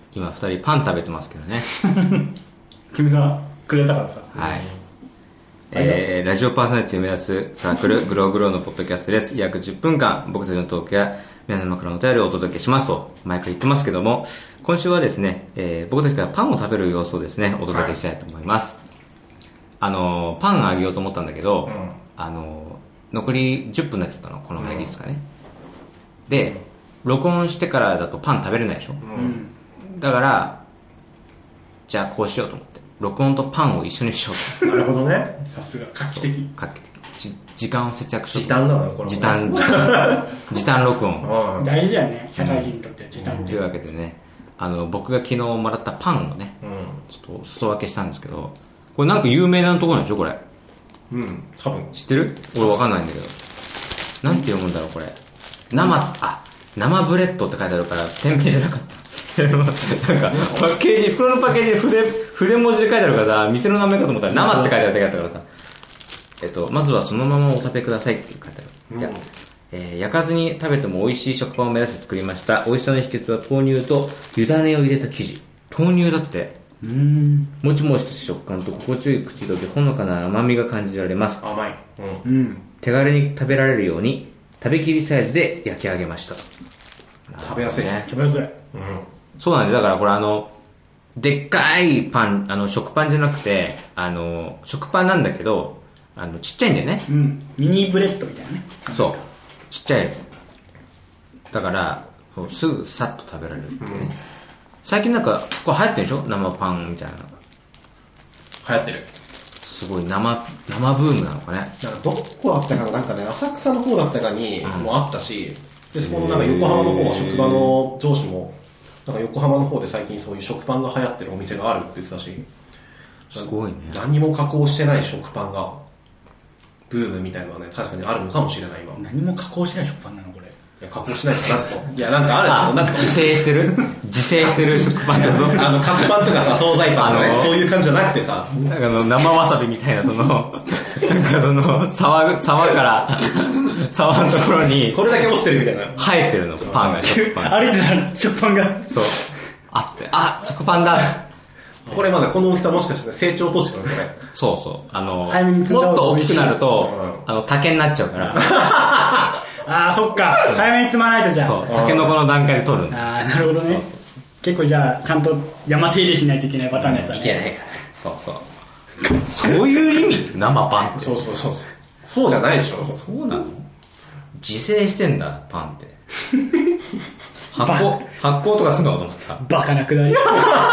今2人パン食べてますけどね君がくれたからさ。 はい、ラジオパーソナリティを目指すサークルグローグローのポッドキャストです。約10分間僕たちのトークや皆様からのお便りをお届けしますと毎回言ってますけども、今週はですね、僕たちからパンを食べる様子をですねお届けしたいと思います。パンあげようと思ったんだけど、残り10分になっちゃったの、この会議室がね。で録音してからだとパン食べれないでしょ、だからじゃあこうしようと思って録音とパンを一緒にしようと。 なるほどね。 さすが画期的。 時間を節約しよう。 時短だなこれ。 時短録音大事だよね、社会人にとっては時短って。 というわけでね、僕が昨日もらったパンをね、ちょっとお裾分けしたんですけど、これなんか有名なところなんでしょこれ。 多分知ってる？俺わかんないんだけど、なんて読むんだろうこれ。生ブレッドって書いてあるから店名じゃなかったなんかパッケージ、袋のパッケージに筆文字で書いてあるからさ、店の名前かと思ったら生って書いてあるだけだったからさ、まずはそのままお食べくださいって書いてある。焼かずに食べても美味しい食パンを目指して作りました。美味しさの秘訣は豆乳と湯種を入れた生地。豆乳だって。もちもちとした食感と心地よい口どけ、ほのかな甘みが感じられます。 甘い。 手軽に食べられるように食べきりサイズで焼き上げました。 食べやすい食べやすい。 そうなんで、だからこれでっかいパン、食パンじゃなくて食パンなんだけどちっちゃいんだよね。 ミニブレッドみたいなね。 そうちっちゃいやつだからすぐさっと食べられるっていうね。最近なんかこれ流行ってるでしょ、生パンみたいな。 流行ってる。 すごい生ブームなのかね。 なんかどこあったかな、なんかね浅草の方だったかにもあったし、でそこのなんか横浜の方は職場の上司もなんか横浜の方で最近そういう食パンが流行ってるお店があるって言ってたし、 すごいね。 何も加工してない食パンがブームみたいなのはね確かにあるのかもしれない。今何も加工しない食パンなのこれ。 いや加工しないかなと。いやなんかあるなんか自生してる食パンってこと菓子パンとかさ惣菜パンとかねそういう感じじゃなくてさ、 なんか生わさびみたいななんか沢から沢のところにこれだけ落ちてるみたいな生えてるのパンが。食パン歩いてたら食パンがそう食パンだ。 これまだこの大きさもしかして成長途中なのこれ。 そう早めに積んだもっと大きくなるうと竹になっちゃうからそっか早めに積まないと。じゃあそうタケノコの段階で取るんだ。 なるほどね。結構じゃあちゃんと山手入れしないといけないパターンのやつだね。 いけないからそういう意味生パンって。 そうじゃないでしょ。 そうなの？自生してんだパンって発酵とかすんのかと思ってた。 バカなくらい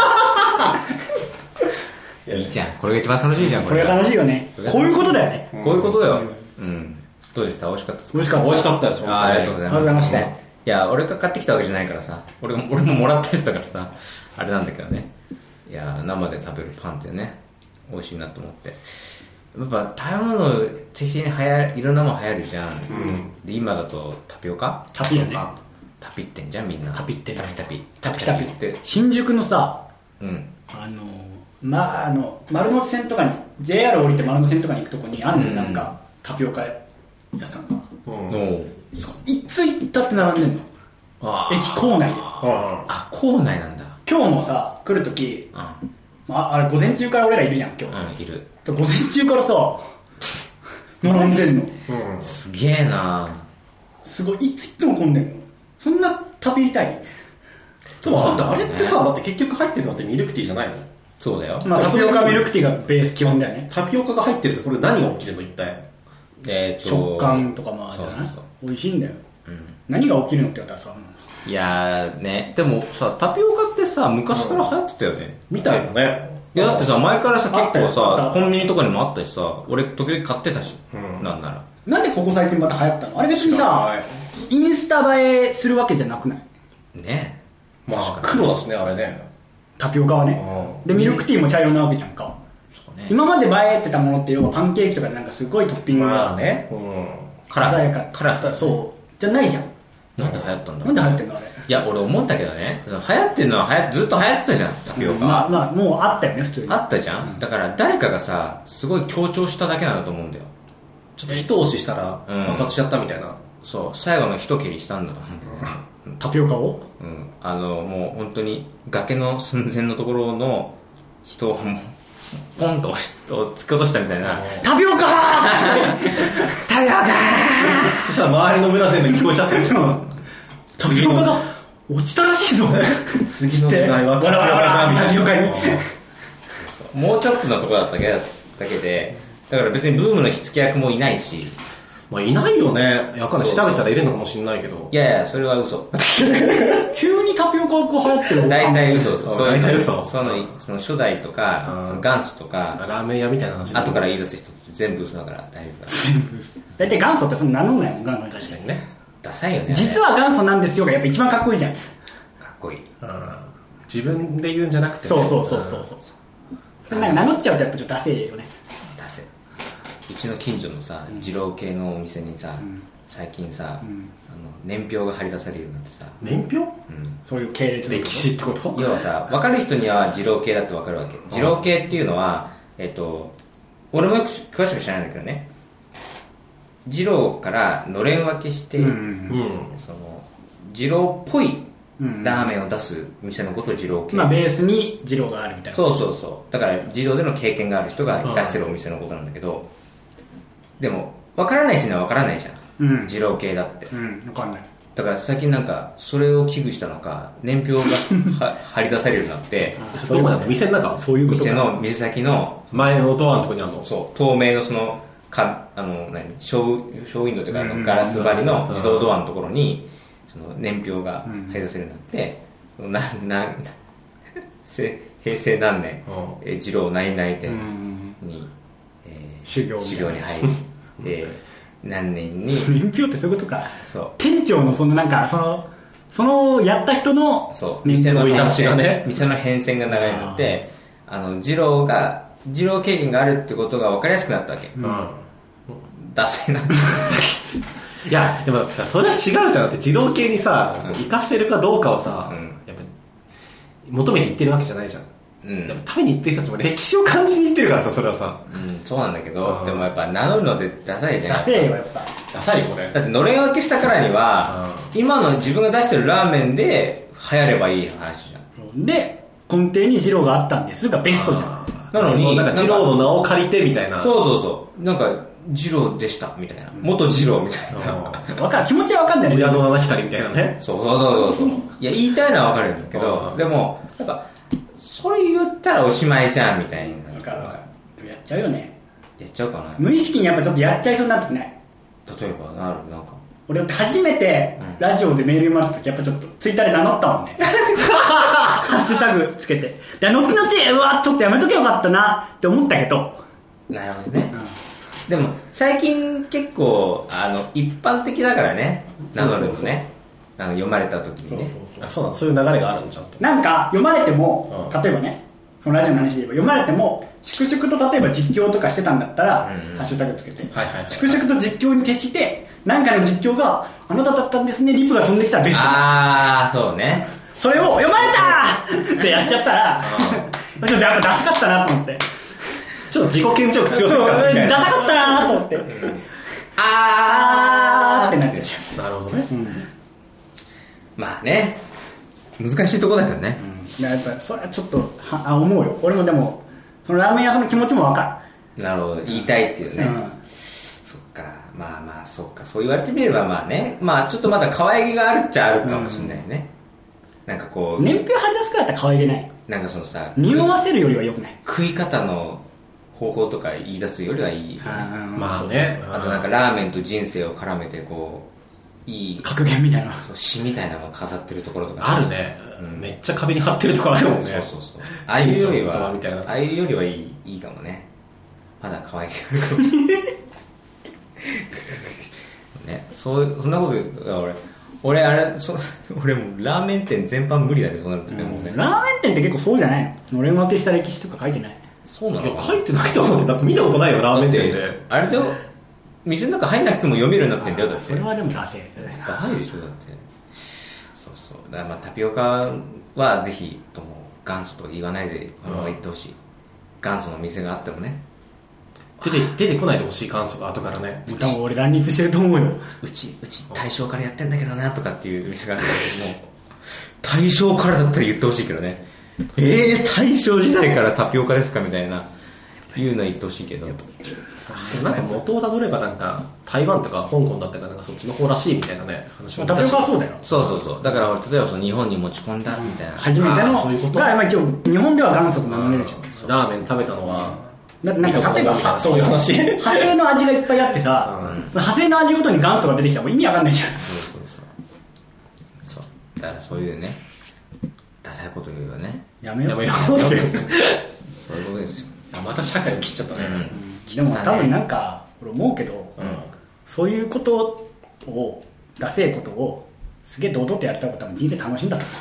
いいじゃん、これが一番楽しいじゃん。 これが楽しいよね。こういうことだよね。 こういうことだよ。どうでした？美味しかったですか？ 美味しかったです。 ありがとうございます。 いや俺が買ってきたわけじゃないからさ、俺ももらったやつだからさあれなんだけどね。いや生で食べるパンってね美味しいなと思って。やっぱ食べ物定期的にいろんなもの流行るじゃん。で今だとタピオカ？ タピってんじゃんみんな。タピって新宿のさ、丸ノ内線とかに JR 降りて丸ノ内線とかに行くとこにあるの、なんかタピオカ屋さんが。いつ行ったって並んでんの。駅構内で。 構内なんだ。 今日もさ来るとき、あれ午前中から俺らいるじゃん今日。 いる。 午前中からさ並んでんの。 すげえな。 すごい、いつ行っても混んでんの。そんな食べたい。 でもあれってさ、だって結局入ってるのってミルクティーじゃないの？ そうだよ。 タピオカミルクティーがベース基本だよね。 タピオカが入ってるってこれ何が起きるの一体？ 食感とかもあるじゃない？美味しいんだよ。何が起きるのって言ったらさ。 いやね、でもさタピオカってさ昔から流行ってたよね。 みたいだね。 いやだってさ前からさ結構さコンビニとかにもあったしさ、俺時々買ってたし、なんなら。 なんでここ最近また流行ったの？あれ別にさインスタ映えするわけじゃなくない？ ねえ。まあ黒だしねあれね。 タピオカはね。でミルクティーも茶色なわけじゃんか。今まで映えてたものって要はパンケーキとかでなんかすごいトッピングがカラ鮮やか。そうじゃないじゃん。 なんで流行ったんだ。 なんで流行ってんのあれ。 いや俺思うんだけどね、流行ってんのはずっと流行ってたじゃんタピオカ。 まあもうあったよね普通に。 あったじゃん。だから誰かがさすごい強調しただけなんだと思うんだよ。 ちょっと一押ししたら爆発しちゃったみたいな。 そう最後の一蹴りしたんだと思うんだよね。 タピオカを、 もう本当に崖の寸前のところの人をポンと突き落としたみたいな、 タピオカタピオカそしたら周りの村全部に聞こえちゃってる。 タピオカが落ちたらしいぞ。 次の時代はタピオカにもうちょっとのところだっただけで、だから別にブームの火付け役もいないし、 まあいないよね。わかんない。調べたらいるのかもしれないけど。 いやいや、それは嘘。 急にタピオカが流行ってる。 大体嘘。 大体嘘。 その初代とか元祖とかラーメン屋みたいな話。 後から言い出す人って全部嘘だから大丈夫だ。 大体元祖ってその名乗んないもん。確かにね。 ダサいよね。 実は元祖なんですよがやっぱ一番かっこいいじゃん。 かっこいい。 自分で言うんじゃなくてね。 そう。それなんか名乗っちゃうとやっぱちょっとダセえよね。 うちの近所のさ、二郎系のお店にさ、最近さ、年表が貼り出されるようになってさ。 年表？ そういう系列歴史ってこと？ 要はさ、分かる人には二郎系だって分かるわけ。二郎系っていうのは、俺もよく詳しく知らないんだけどね、二郎からのれん分けして、その二郎っぽいラーメンを出す店のことを二郎系。 ベースに二郎があるみたいな。 そうだから二郎での経験がある人が出してるお店のことなんだけど、でも分からない人には分からないじゃん、二郎系だって。 分かんない。 だから最近なんかそれを危惧したのか年表が貼り出されるようになってどこなの？店の中？ そういうことか。 店の店先の前のドアのとこにあるの？ そう透明のそのショーウィンドウというかガラス張りの自動ドアのところにその年表が貼り出せるようになって、平成何年二郎何々店に修行に入って何年に年表ってそういうことか。 そう店長のそのなんかそのやった人の店の変遷がね、 店の変遷が長いので二郎経験があるってことが分かりやすくなったわけ。ダセいな。 いやでもさ、それは違うじゃん。だって二郎系にさ生かしてるかどうかをさ、やっぱ求めていってるわけじゃないじゃん。食べに行ってる人たちも歴史を感じに行ってるからさ、それはさ、 そうなんだけど、でもやっぱ名乗るのってダサいじゃん。 ダセえよやっぱ。 ダサいこれ。 だってのれん分けしたからには、今の自分が出してるラーメンで流行ればいい話じゃん。 で根底に二郎があったんですがベストじゃん。 なのになんか二郎の名を借りてみたいな。 そうなんか二郎でしたみたいな、元二郎みたいな。 わかる、気持ちはわかんないね。 親の七光みたいなね。 そういや言いたいのはわかるんだけど、でもやっぱそれ言ったらおしまいじゃんみたいな。 わかるやっちゃうよね。 やっちゃうかな。 無意識にやっぱちょっとやっちゃいそうになってない？ 例えばなんか俺だって初めてラジオでメール読まれた時やっぱちょっとツイッターで名乗ったもんね。ハッシュタグつけて、で後々うわちょっとやめとけよかったなって思ったけど。 なるほどね、でも最近結構一般的だからね、名乗るのね、読まれた時にね。 そういう流れがあるのちゃんと。 なんか読まれても、例えばね、そのラジオの話で言えば読まれても粛々と例えば実況とかしてたんだったら、ハッシュタグつけて、粛々と実況に徹して何かの実況があなただったんですねリプが飛んできたらベスト。 そうね。 それを読まれたってやっちゃったらちょっとやっぱダサかったなと思って、 ちょっと自己顕示欲強すぎたなみたいな。 ダサかったなと思ってってなっちゃう。 なるほどね、 まあね、難しいとこだけどね、 やっぱそれはちょっと思うよ。俺もでもそのラーメン屋さんの気持ちも分かる。 なるほど、言いたいっていうね、そっか、まあそっか、そう言われてみればまあね、ちょっとまだ可愛げがあるっちゃあるかもしれないね、なんかこう年表貼り出すからだったら可愛げない。 なんかそのさ、 匂わせるよりは良くない。 食い方の方法とか言い出すよりはいいよね。 まあね。 あとなんかラーメンと人生を絡めてこういい格言みたいな、 詩みたいなのを飾ってるところとか、 あるね、めっちゃ壁に貼ってるとこあるもんね。 そうああいうよりはいいかもね。まだ可愛いかもしれないね。そんなこと言う俺もうラーメン店全般無理だね、そうなるとね、もうね。 ラーメン店って結構そうじゃないの？のれん分けした歴史とか書いてない？ そうなの？ いや書いてないと思うけど、だって見たことないよラーメン店で。 あれで店の中入んなくても読めるようになってんだよ。だってそれはでもダセえ。 ダセでしょだって。そうだからタピオカはぜひとも元祖とか言わないでこのまま言ってほしい。元祖の店があってもね。 出てこないでほしい感想が後からね。 多分俺乱立してると思うよ。 うち大正からやってんだけどなとかっていう店があるんだけども、大正からだったら言ってほしいけどね。大正時代からタピオカですかみたいないうのは言ってほしいけど、 なんか元をたどればなんか台湾とか香港だったからなんかそっちの方らしいみたいなね話もタピオカはそうだよ。 そうだから例えばその日本に持ち込んだみたいな初めてのそういうことだから一応日本では元祖と名乗れるじゃん。 ラーメン食べたのはなんか例えばそういう話派生の味がいっぱいあってさ、派生の味ごとに元祖が出てきたらもう意味わかんないじゃん。 そうだからそういうねダサいこと言うよね。 やめようってそういうことですよ。 また社会を切っちゃったね、 でも多分なんか俺思うけど、そういうことをダセえことをすげえ堂々とやったら多分人生楽しいんだと思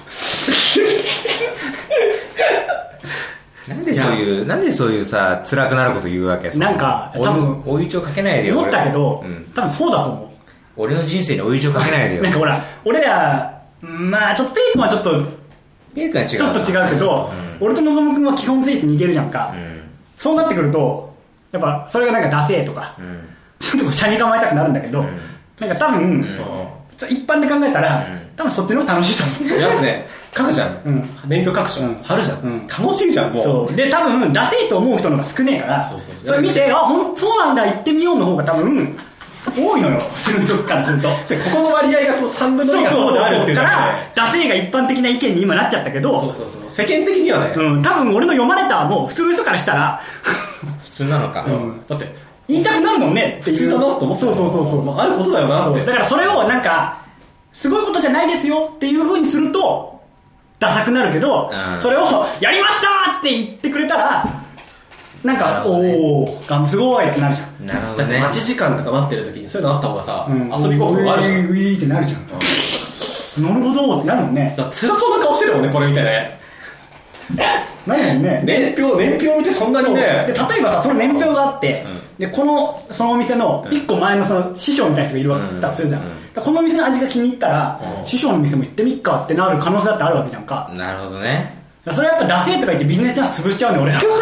う。 なんでそういうさ辛くなること言うわけ。 なんか多分追い打ちをかけないでよ。 思ったけど、多分そうだと思う。 俺の人生に追い打ちをかけないでよ。 なんかほら俺らまあちょっとペイ君はちょっと違うけど、俺とのぞむ君は基本性質似てるじゃんか、そうなってくるとやっぱそれがなんかダセーとか、ちょっと車に構えたくなるんだけど、なんか多分、一般で考えたら、多分そっちの方が楽しいと思う。 やっぱね書くじゃん、年表書くじゃん、貼るじゃん、楽しいじゃんもう。 そうで多分ダセーと思う人の方が少ねえから、それ見てそうなんだ行ってみようの方が多分多いのよ、普通のとこからすると。ここの割合がその3分の2がそうであるっていうからダセーが一般的な意見に今なっちゃったけど、 世間的にはね、 多分俺の読まれたもう普通の人からしたら普通なのか、 だって言いたくなるもんねっていう。 普通だなと思って。そうあることだよなって。 だからそれをなんかすごいことじゃないですよっていう風にするとダサくなるけど、それをやりましたって言ってくれたらなんかおおすごいってなるじゃん。 なるほどね。 待ち時間とか待ってる時にそういうのあった方がさ、遊び心があるじゃん。 ウィーってなるじゃん。なるほどってなるもんね。 辛そうな顔してるもんねこれ見てね。 何もね。 年表見てそんなにね。 で例えばさその年表があって、でそのお店の1個前のその師匠みたいな人がいるわけだとするじゃん。このお店の味が気に入ったら、師匠の店も行ってみっかってなる可能性だってあるわけじゃんか。 なるほどね。 それはやっぱダセーとか言ってビジネスチャンス潰しちゃうね俺ら。 そう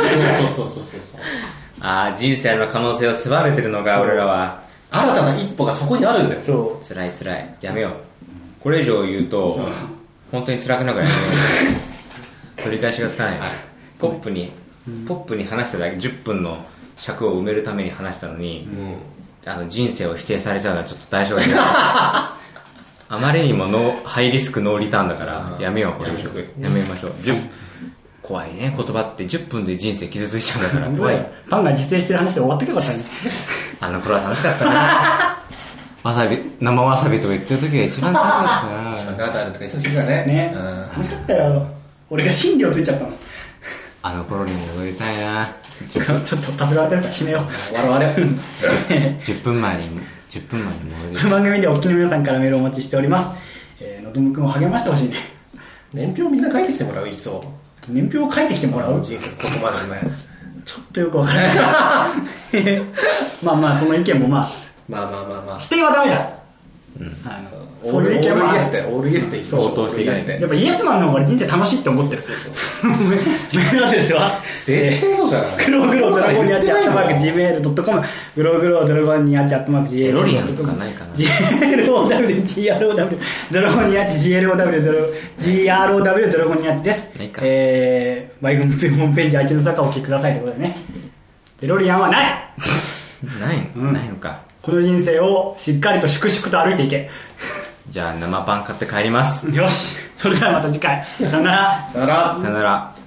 人生の可能性を狭めてるのが俺らは。 新たな一歩がそこにあるんだよ。 そう。辛いやめよう。これ以上言うと、本当に辛くなるからやめよう。取り返しがつかない。ポップに話しただけ10分の尺を埋めるために話したのに、人生を否定されちゃうのはちょっと代償がいない。あまりにもハイリスクノーリターンだからやめよう。これやめましょう。怖いね、言葉って10分で人生傷ついちゃうんだから怖い。 パンが実践してる話で終わってけばよかったね。 あの頃は楽しかったな。生わさびとか言ってる時が一番楽しかったな。 一番ガタールとか言ってた時がね。 楽しかったよ。俺が心理をついちゃったの。 あの頃に戻りたいな。 ちょっと食べられてるから締めよう。 我々 10分前に戻りたい。番組でお聞きの皆さんからメールをお待ちしております。のどむくんを励ましてほしいね。 年表みんな書いてきてもらう。いっそ年表を書いてきてもらう。 人生言葉でね。 ちょっとよくわからない。まあその意見もまあ否定はダメだ。そういう意見もオールイエスでオールイエスでいい。 相当していない。 やっぱイエスマンの方が人生楽しいって思ってる。メールアドレスは絶対そうじゃない。 グロー0528@gmail.com グロー0528@gmail.com デロリアンとかないかな。 GROW0528です。バイクのホームページ iTunes 坂をお聞きくださいということでね。デロリアンはないないのか。 この人生をしっかりと粛々と歩いていけ。 じゃあ生パン買って帰ります。 よし、それではまた次回。さよなら。 さよなら。